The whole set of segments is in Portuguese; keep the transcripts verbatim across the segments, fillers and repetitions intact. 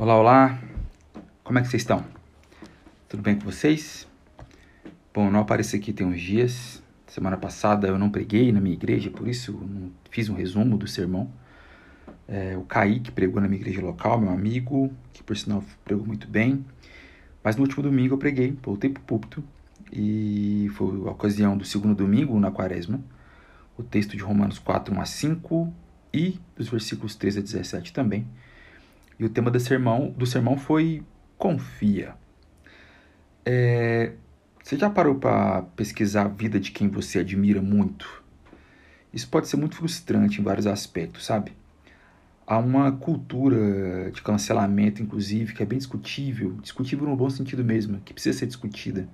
Olá, olá, como é que vocês estão? Tudo bem com vocês? Bom, eu não apareci aqui tem uns dias. Semana passada eu não preguei na minha igreja, por isso não fiz um resumo do sermão. É, o Kaique pregou na minha igreja local, meu amigo, que por sinal pregou muito bem. Mas no último domingo eu preguei, voltei pro púlpito, e foi a ocasião do segundo domingo na quaresma. O texto de Romanos quatro, um a cinco e dos versículos treze a dezessete também. E o tema do sermão, do sermão foi confia. É, você já parou para pesquisar a vida de quem você admira muito? Isso pode ser muito frustrante em vários aspectos, sabe? Há uma cultura de cancelamento, inclusive, que é bem discutível, discutível no bom sentido mesmo, que precisa ser discutida,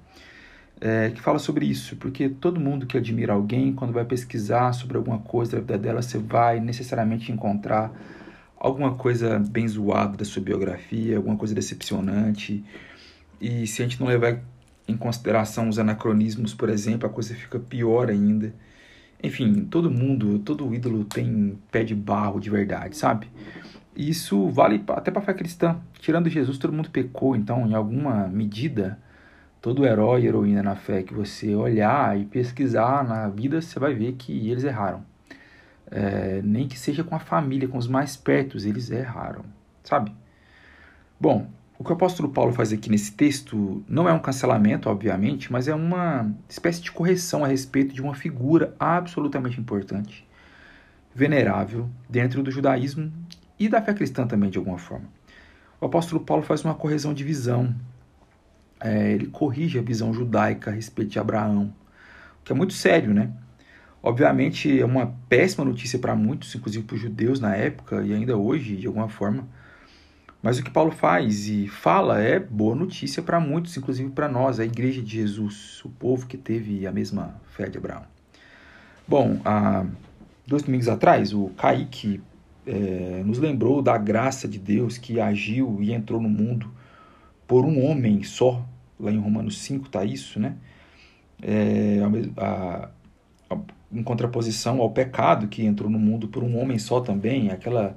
é, que fala sobre isso, porque todo mundo que admira alguém, quando vai pesquisar sobre alguma coisa da vida dela, você vai necessariamente encontrar alguma coisa bem zoada da sua biografia, alguma coisa decepcionante. E se a gente não levar em consideração os anacronismos, por exemplo, a coisa fica pior ainda. Enfim, todo mundo, todo ídolo tem pé de barro de verdade, sabe? E isso vale até para a fé cristã. Tirando Jesus, todo mundo pecou, então, em alguma medida, todo herói e heroína na fé que você olhar e pesquisar na vida, você vai ver que eles erraram. É, nem que seja com a família, com os mais pertos, eles erraram, sabe? Bom, o que o apóstolo Paulo faz aqui nesse texto não é um cancelamento, obviamente, mas é uma espécie de correção a respeito de uma figura absolutamente importante, venerável, dentro do judaísmo e da fé cristã também, de alguma forma. O apóstolo Paulo faz uma correção de visão. É, ele corrige a visão judaica a respeito de Abraão, o que é muito sério, né? Obviamente é uma péssima notícia para muitos, inclusive para os judeus na época e ainda hoje, de alguma forma. Mas o que Paulo faz e fala é boa notícia para muitos, inclusive para nós, a igreja de Jesus, o povo que teve a mesma fé de Abraão. Bom, há dois domingos atrás, o Kaique é, nos lembrou da graça de Deus que agiu e entrou no mundo por um homem só. Lá em Romanos cinco está isso, né? É, a, a, em contraposição ao pecado que entrou no mundo por um homem só também, aquela,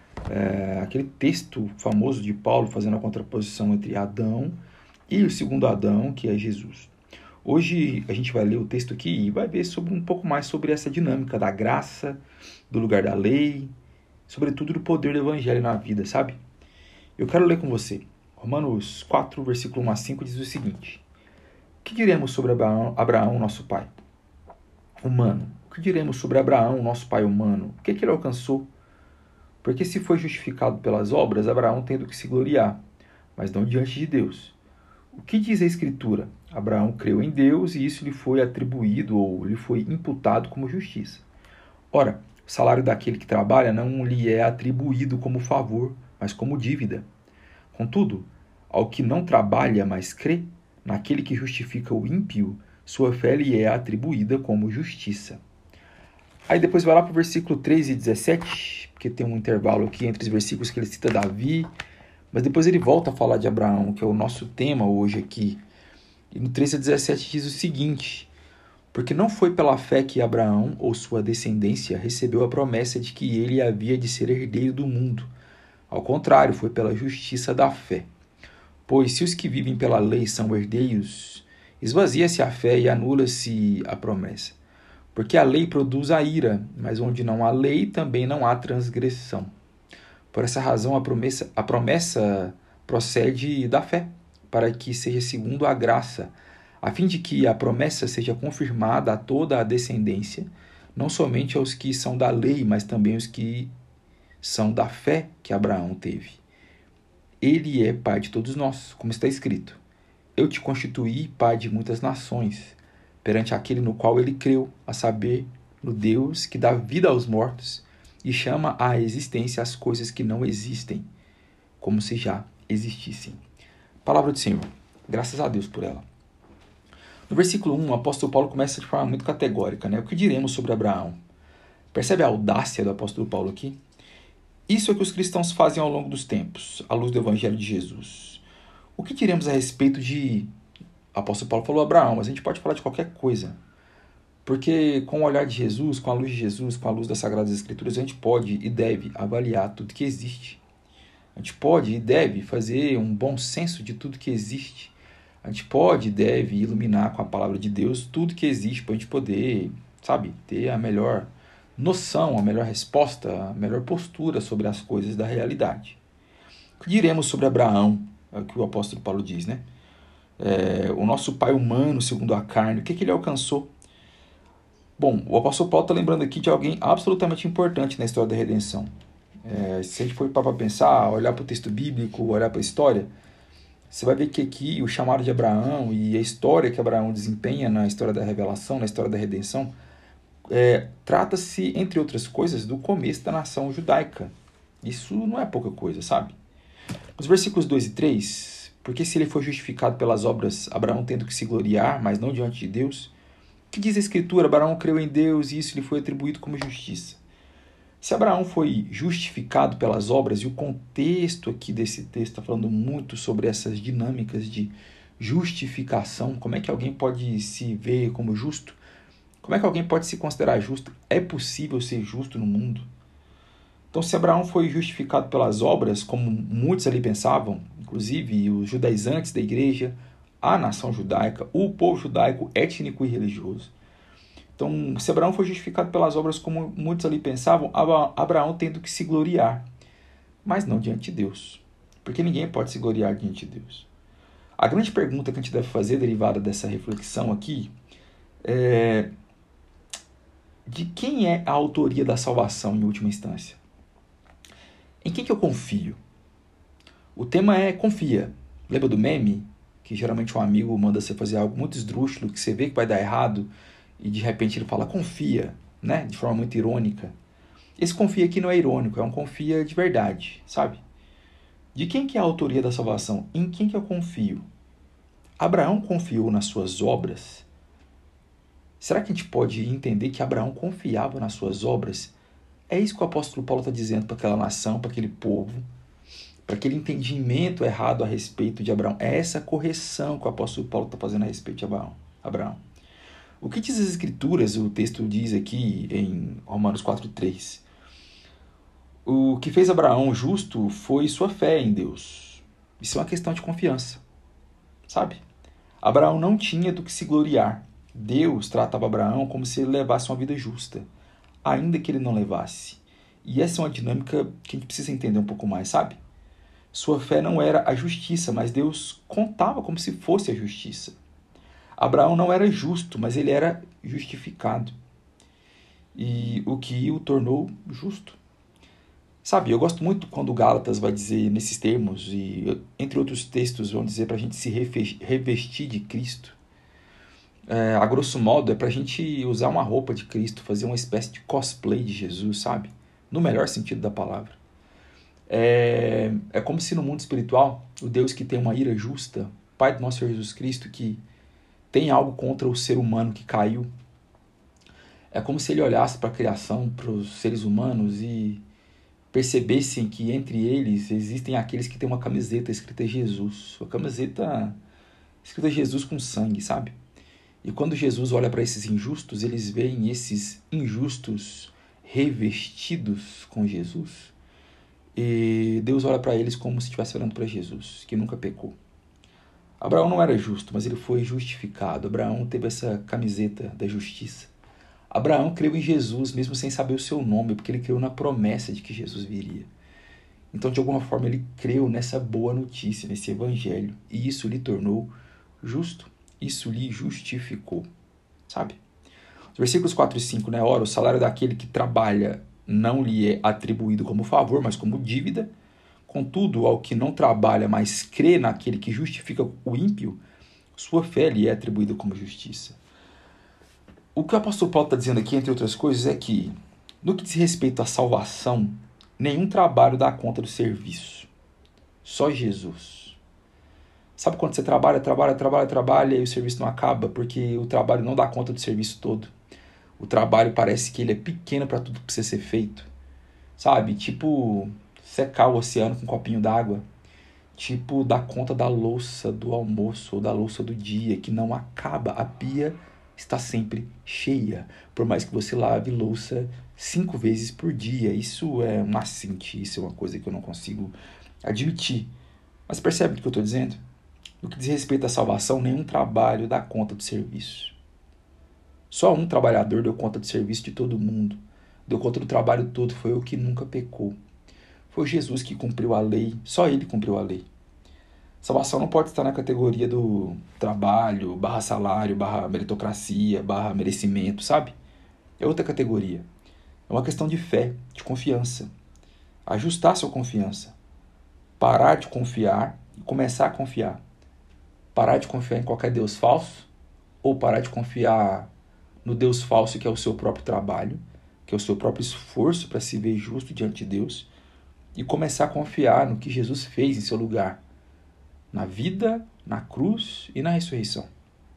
é, aquele texto famoso de Paulo fazendo a contraposição entre Adão e o segundo Adão, que é Jesus. Hoje a gente vai ler o texto aqui e vai ver sobre, um pouco mais sobre essa dinâmica da graça, do lugar da lei, sobretudo do poder do evangelho na vida, sabe? Eu quero ler com você. Romanos quatro, versículo um a cinco diz o seguinte: que diremos sobre Abraão, Abraão, nosso pai? Humano. O que diremos sobre Abraão, nosso pai humano? O que, é que ele alcançou? Porque se foi justificado pelas obras, Abraão tem do que se gloriar, mas não diante de Deus. O que diz a Escritura? Abraão creu em Deus e isso lhe foi atribuído ou lhe foi imputado como justiça. Ora, o salário daquele que trabalha não lhe é atribuído como favor, mas como dívida. Contudo, ao que não trabalha, mas crê, naquele que justifica o ímpio, sua fé lhe é atribuída como justiça. Aí depois vai lá para o versículo treze e dezessete, porque tem um intervalo aqui entre os versículos que ele cita Davi, mas depois ele volta a falar de Abraão, que é o nosso tema hoje aqui. E no treze a dezessete diz o seguinte: porque não foi pela fé que Abraão, ou sua descendência, recebeu a promessa de que ele havia de ser herdeiro do mundo. Ao contrário, foi pela justiça da fé. Pois se os que vivem pela lei são herdeiros, esvazia-se a fé e anula-se a promessa. Porque a lei produz a ira, mas onde não há lei, também não há transgressão. Por essa razão, a promessa, a promessa procede da fé, para que seja segundo a graça, a fim de que a promessa seja confirmada a toda a descendência, não somente aos que são da lei, mas também aos que são da fé que Abraão teve. Ele é pai de todos nós, como está escrito: eu te constituí pai de muitas nações, perante aquele no qual ele creu, a saber, no Deus que dá vida aos mortos e chama à existência as coisas que não existem, como se já existissem. Palavra do Senhor. Graças a Deus por ela. No versículo um, o apóstolo Paulo começa de forma muito categórica, né? O que diremos sobre Abraão? Percebe a audácia do apóstolo Paulo aqui? Isso é o que os cristãos fazem ao longo dos tempos, à luz do Evangelho de Jesus. O que diremos a respeito de... O apóstolo Paulo falou Abraão, mas a gente pode falar de qualquer coisa. Porque com o olhar de Jesus, com a luz de Jesus, com a luz das Sagradas Escrituras, a gente pode e deve avaliar tudo que existe. A gente pode e deve fazer um bom senso de tudo que existe. A gente pode e deve iluminar com a palavra de Deus tudo que existe para a gente poder, sabe, ter a melhor noção, a melhor resposta, a melhor postura sobre as coisas da realidade. O que diremos sobre Abraão? É o que o apóstolo Paulo diz, né? É, o nosso pai humano, segundo a carne, o que, que ele alcançou? Bom, o apóstolo Paulo está lembrando aqui de alguém absolutamente importante na história da redenção. É, se a gente for para pensar, olhar para o texto bíblico, olhar para a história, você vai ver que aqui o chamado de Abraão e a história que Abraão desempenha na história da revelação, na história da redenção, é, trata-se, entre outras coisas, do começo da nação judaica. Isso não é pouca coisa, sabe? Os versículos dois e três, porque se ele foi justificado pelas obras, Abraão tendo que se gloriar, mas não diante de Deus, o que diz a Escritura? Abraão creu em Deus e isso lhe foi atribuído como justiça. Se Abraão foi justificado pelas obras, e o contexto aqui desse texto está falando muito sobre essas dinâmicas de justificação, como é que alguém pode se ver como justo? Como é que alguém pode se considerar justo? É possível ser justo no mundo? Então, se Abraão foi justificado pelas obras, como muitos ali pensavam, inclusive os judaizantes da igreja, a nação judaica, o povo judaico étnico e religioso. Então, se Abraão foi justificado pelas obras, como muitos ali pensavam, Abraão tendo que se gloriar, mas não diante de Deus, porque ninguém pode se gloriar diante de Deus. A grande pergunta que a gente deve fazer, derivada dessa reflexão aqui, é: de quem é a autoria da salvação em última instância? Em quem que eu confio? O tema é confia. Lembra do meme? Que geralmente um amigo manda você fazer algo muito esdrúxulo, que você vê que vai dar errado, e de repente ele fala confia, né? De forma muito irônica. Esse confia aqui não é irônico, é um confia de verdade, sabe? De quem que é a autoria da salvação? Em quem que eu confio? Abraão confiou nas suas obras? Será que a gente pode entender que Abraão confiava nas suas obras? É isso que o apóstolo Paulo está dizendo para aquela nação, para aquele povo, para aquele entendimento errado a respeito de Abraão. É essa correção que o apóstolo Paulo está fazendo a respeito de Abraão. Abraão. O que diz as Escrituras? O texto diz aqui em Romanos quatro, três. O que fez Abraão justo foi sua fé em Deus. Isso é uma questão de confiança, sabe? Abraão não tinha do que se gloriar. Deus tratava Abraão como se ele levasse uma vida justa, ainda que ele não levasse. E essa é uma dinâmica que a gente precisa entender um pouco mais, sabe? Sua fé não era a justiça, mas Deus contava como se fosse a justiça. Abraão não era justo, mas ele era justificado. E o que o tornou justo. Sabe, eu gosto muito quando o Gálatas vai dizer nesses termos, e entre outros textos vão dizer para a gente se revestir de Cristo. É, a grosso modo, é para a gente usar uma roupa de Cristo, fazer uma espécie de cosplay de Jesus, sabe? No melhor sentido da palavra. É, é como se no mundo espiritual, o Deus que tem uma ira justa, Pai do nosso Senhor Jesus Cristo, que tem algo contra o ser humano que caiu, é como se ele olhasse para a criação, para os seres humanos e percebessem que entre eles existem aqueles que têm uma camiseta escrita Jesus, uma camiseta escrita Jesus com sangue, sabe? E quando Jesus olha para esses injustos, eles veem esses injustos revestidos com Jesus. E Deus olha para eles como se estivesse olhando para Jesus, que nunca pecou. Abraão não era justo, mas ele foi justificado. Abraão teve essa camiseta da justiça. Abraão creu em Jesus, mesmo sem saber o seu nome, porque ele creu na promessa de que Jesus viria. Então, de alguma forma, ele creu nessa boa notícia, nesse evangelho, e isso lhe tornou justo. Isso lhe justificou, sabe? Os versículos quatro e cinco, né? Ora, o salário daquele que trabalha não lhe é atribuído como favor, mas como dívida. Contudo, ao que não trabalha, mas crê naquele que justifica o ímpio, sua fé lhe é atribuída como justiça. O que o apóstolo Paulo está dizendo aqui, entre outras coisas, é que, no que diz respeito à salvação, nenhum trabalho dá conta do serviço. Só Jesus. Sabe quando você trabalha, trabalha, trabalha, trabalha e o serviço não acaba? Porque o trabalho não dá conta do serviço todo. O trabalho parece que ele é pequeno para tudo que precisa ser feito. Sabe? Tipo secar o oceano com um copinho d'água. Tipo dar conta da louça do almoço ou da louça do dia, que não acaba. A pia está sempre cheia. Por mais que você lave louça cinco vezes por dia. Isso é um assinte, isso é uma coisa que eu não consigo admitir. Mas percebe o que eu estou dizendo? No que diz respeito à salvação, nenhum trabalho dá conta do serviço. Só um trabalhador deu conta do serviço de todo mundo. Deu conta do trabalho todo, foi o que nunca pecou. Foi Jesus que cumpriu a lei, só ele cumpriu a lei. Salvação não pode estar na categoria do trabalho, barra salário, barra meritocracia, barra merecimento, sabe? É outra categoria. É uma questão de fé, de confiança. Ajustar sua confiança. Parar de confiar e começar a confiar. Parar de confiar em qualquer Deus falso ou parar de confiar no Deus falso que é o seu próprio trabalho, que é o seu próprio esforço para se ver justo diante de Deus, e começar a confiar no que Jesus fez em seu lugar, na vida, na cruz e na ressurreição.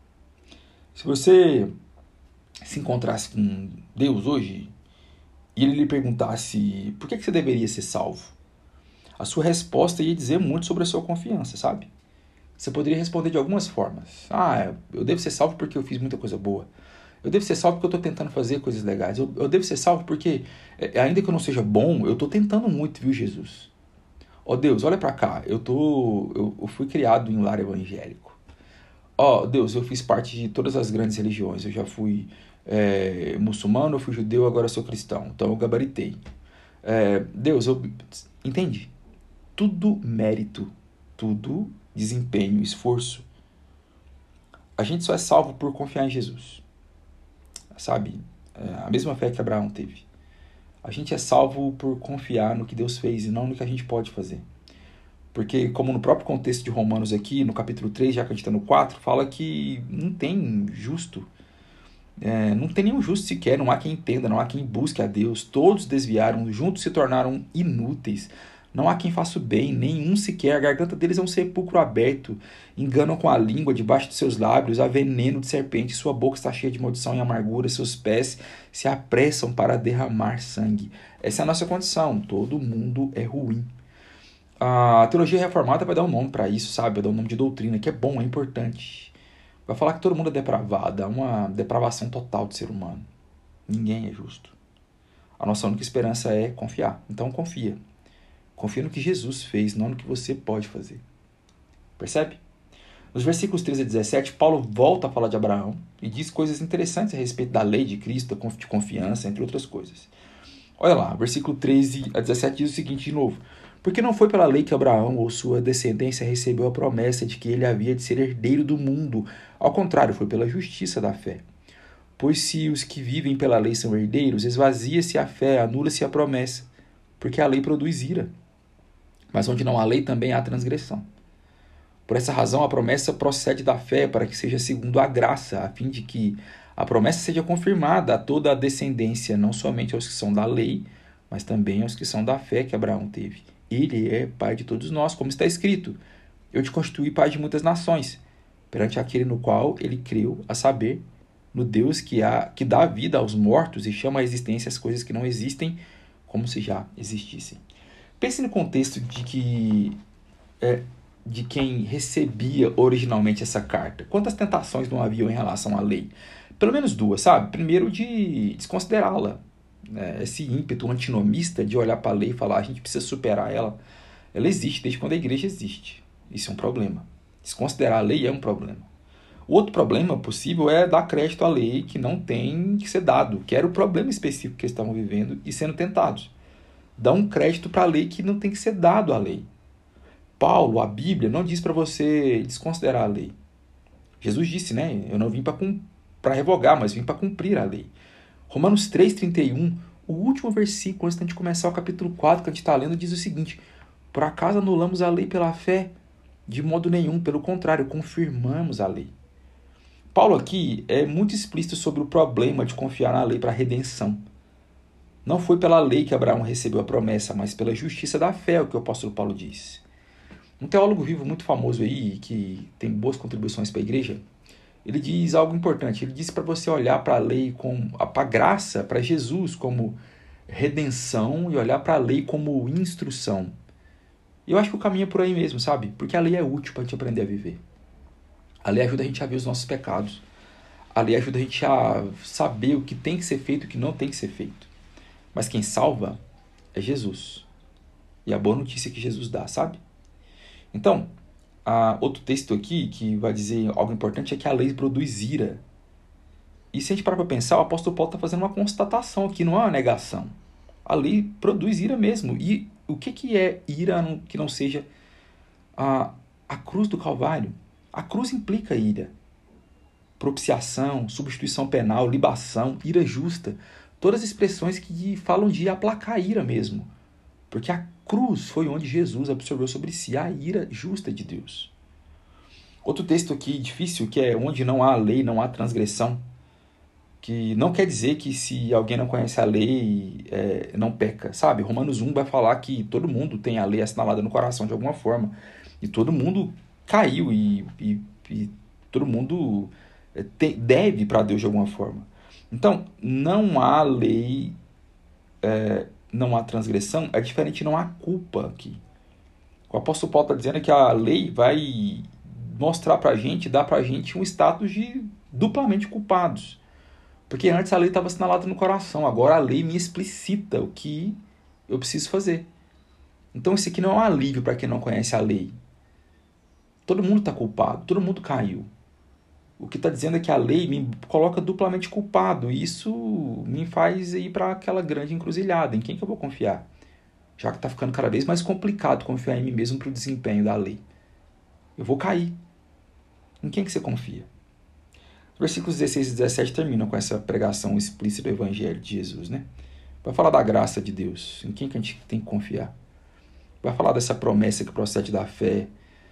Se você se encontrasse com Deus hoje e ele lhe perguntasse por que você deveria ser salvo, a sua resposta ia dizer muito sobre a sua confiança, sabe? Você poderia responder de algumas formas. Ah, eu devo ser salvo porque eu fiz muita coisa boa. Eu devo ser salvo porque eu estou tentando fazer coisas legais. Eu, eu devo ser salvo porque, ainda que eu não seja bom, eu estou tentando muito, viu, Jesus? Ó oh, Deus, olha para cá. Eu, tô, eu, eu fui criado em um lar evangélico. Ó oh, Deus, eu fiz parte de todas as grandes religiões. Eu já fui é, muçulmano, eu fui judeu, agora eu sou cristão. Então eu gabaritei. É, Deus, eu... Entende? Tudo mérito. Tudo desempenho, esforço. A gente só é salvo por confiar em Jesus. Sabe? É a mesma fé que Abraão teve. A gente é salvo por confiar no que Deus fez e não no que a gente pode fazer. Porque, como no próprio contexto de Romanos aqui, no capítulo três, já que a gente está no quatro, fala que não tem justo. É, não tem nenhum justo sequer, não há quem entenda, não há quem busque a Deus. Todos desviaram, juntos se tornaram inúteis. Não há quem faça o bem, nenhum sequer. A garganta deles é um sepulcro aberto. Enganam com a língua debaixo de seus lábios, há veneno de serpente. Sua boca está cheia de maldição e amargura. Seus pés se apressam para derramar sangue. Essa é a nossa condição. Todo mundo é ruim. A teologia reformada vai dar um nome para isso, sabe? Vai dar um nome de doutrina, que é bom, é importante. Vai falar que todo mundo é depravado. Há uma depravação total do ser humano. Ninguém é justo. A nossa única esperança é confiar. Então confia. Confia no que Jesus fez, não no que você pode fazer. Percebe? Nos versículos treze a dezessete, Paulo volta a falar de Abraão e diz coisas interessantes a respeito da lei de Cristo, de confiança, entre outras coisas. Olha lá, versículo treze a dezessete diz o seguinte de novo. Porque não foi pela lei que Abraão ou sua descendência recebeu a promessa de que ele havia de ser herdeiro do mundo. Ao contrário, foi pela justiça da fé. Pois se os que vivem pela lei são herdeiros, esvazia-se a fé, anula-se a promessa, porque a lei produz ira. Mas onde não há lei também há transgressão. Por essa razão, a promessa procede da fé para que seja segundo a graça, a fim de que a promessa seja confirmada a toda a descendência, não somente aos que são da lei, mas também aos que são da fé que Abraão teve. Ele é pai de todos nós, como está escrito. Eu te constituí pai de muitas nações, perante aquele no qual ele creu, a saber, no Deus que, há, que dá vida aos mortos e chama à existência as coisas que não existem, como se já existissem. Pense no contexto de que é, de quem recebia originalmente essa carta. Quantas tentações não haviam em relação à lei? Pelo menos duas, sabe? Primeiro, de desconsiderá-la. Né? Esse ímpeto antinomista de olhar para a lei e falar a gente precisa superar ela. Ela existe desde quando a igreja existe. Isso é um problema. Desconsiderar a lei é um problema. O outro problema possível é dar crédito à lei que não tem que ser dado, que era o problema específico que eles estavam vivendo e sendo tentados. Dá um crédito para a lei que não tem que ser dado à lei. Paulo, a Bíblia, não diz para você desconsiderar a lei. Jesus disse, né? Eu não vim para revogar, mas vim para cumprir a lei. Romanos três, trinta e um, o último versículo, antes de a gente começar o capítulo quatro, que a gente está lendo, diz o seguinte: por acaso anulamos a lei pela fé? De modo nenhum, pelo contrário, confirmamos a lei. Paulo aqui é muito explícito sobre o problema de confiar na lei para a redenção. Não foi pela lei que Abraão recebeu a promessa, mas pela justiça da fé, é o que o apóstolo Paulo diz. Um teólogo vivo muito famoso aí, que tem boas contribuições para a igreja, ele diz algo importante. Ele diz para você olhar para a lei, para a graça, para Jesus como redenção e olhar para a lei como instrução. E eu acho que o caminho é por aí mesmo, sabe? Porque a lei é útil para a gente aprender a viver. A lei ajuda a gente a ver os nossos pecados. A lei ajuda a gente a saber o que tem que ser feito e o que não tem que ser feito. Mas quem salva é Jesus. e a boa notícia que Jesus dá, sabe? Então, a, outro texto aqui que vai dizer algo importante é que a lei produz ira. E se a gente parar para pensar, o apóstolo Paulo está fazendo uma constatação aqui, não é uma negação. A lei produz ira mesmo. E o que, que é ira que não seja a, a cruz do Calvário? A cruz implica ira. Propiciação, substituição penal, libação, ira justa. Todas as expressões que falam de aplacar a ira mesmo. Porque a cruz foi onde Jesus absorveu sobre si a ira justa de Deus. Outro texto aqui difícil, que é onde não há lei, não há transgressão. Que não quer dizer que se alguém não conhece a lei, é, não peca, sabe? Romanos um vai falar que todo mundo tem a lei assinalada no coração de alguma forma. E todo mundo caiu e, e, e todo mundo tem, deve para Deus de alguma forma. Então, não há lei, é, não há transgressão, é diferente, não há culpa aqui. O apóstolo Paulo está dizendo que a lei vai mostrar para a gente, dar para a gente um status de duplamente culpados. Porque antes a lei estava assinalada no coração, agora a lei me explicita o que eu preciso fazer. Então isso aqui não é um alívio para quem não conhece a lei. Todo mundo está culpado, todo mundo caiu. O que está dizendo é que a lei me coloca duplamente culpado, e isso me faz ir para aquela grande encruzilhada. Em quem que eu vou confiar? Já que está ficando cada vez mais complicado confiar em mim mesmo para o desempenho da lei. Eu vou cair. Em quem que você confia? Versículos dezesseis e dezessete terminam com essa pregação explícita do Evangelho de Jesus, né? Vai falar da graça de Deus. Em quem que a gente tem que confiar? Vai falar dessa promessa que procede da fé,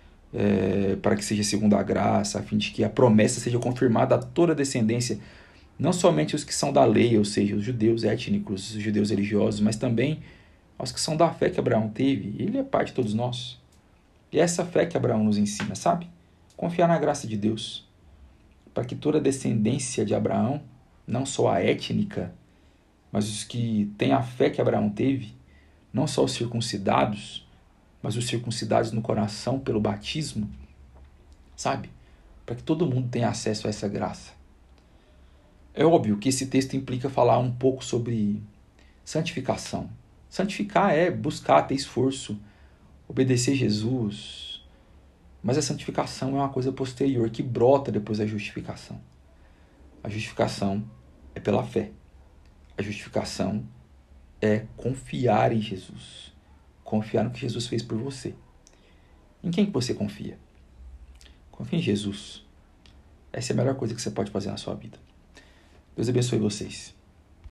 é, para que seja segundo a graça, a fim de que a promessa seja confirmada a toda a descendência, não somente os que são da lei, ou seja, os judeus étnicos, os judeus religiosos, mas também aos que são da fé que Abraão teve. Ele é pai de todos nós. E é essa fé que Abraão nos ensina, sabe? Confiar na graça de Deus, para que toda a descendência de Abraão, não só a étnica, mas os que têm a fé que Abraão teve, não só os circuncidados, mas os circuncidados no coração pelo batismo, sabe? Para que todo mundo tenha acesso a essa graça. É óbvio que esse texto implica falar um pouco sobre santificação. Santificar é buscar, ter esforço, obedecer Jesus. Mas a santificação é uma coisa posterior, que brota depois da justificação. A justificação é pela fé. A justificação é confiar em Jesus. Confiar no que Jesus fez por você. Em quem que você confia? Confie em Jesus. Essa é a melhor coisa que você pode fazer na sua vida. Deus abençoe vocês.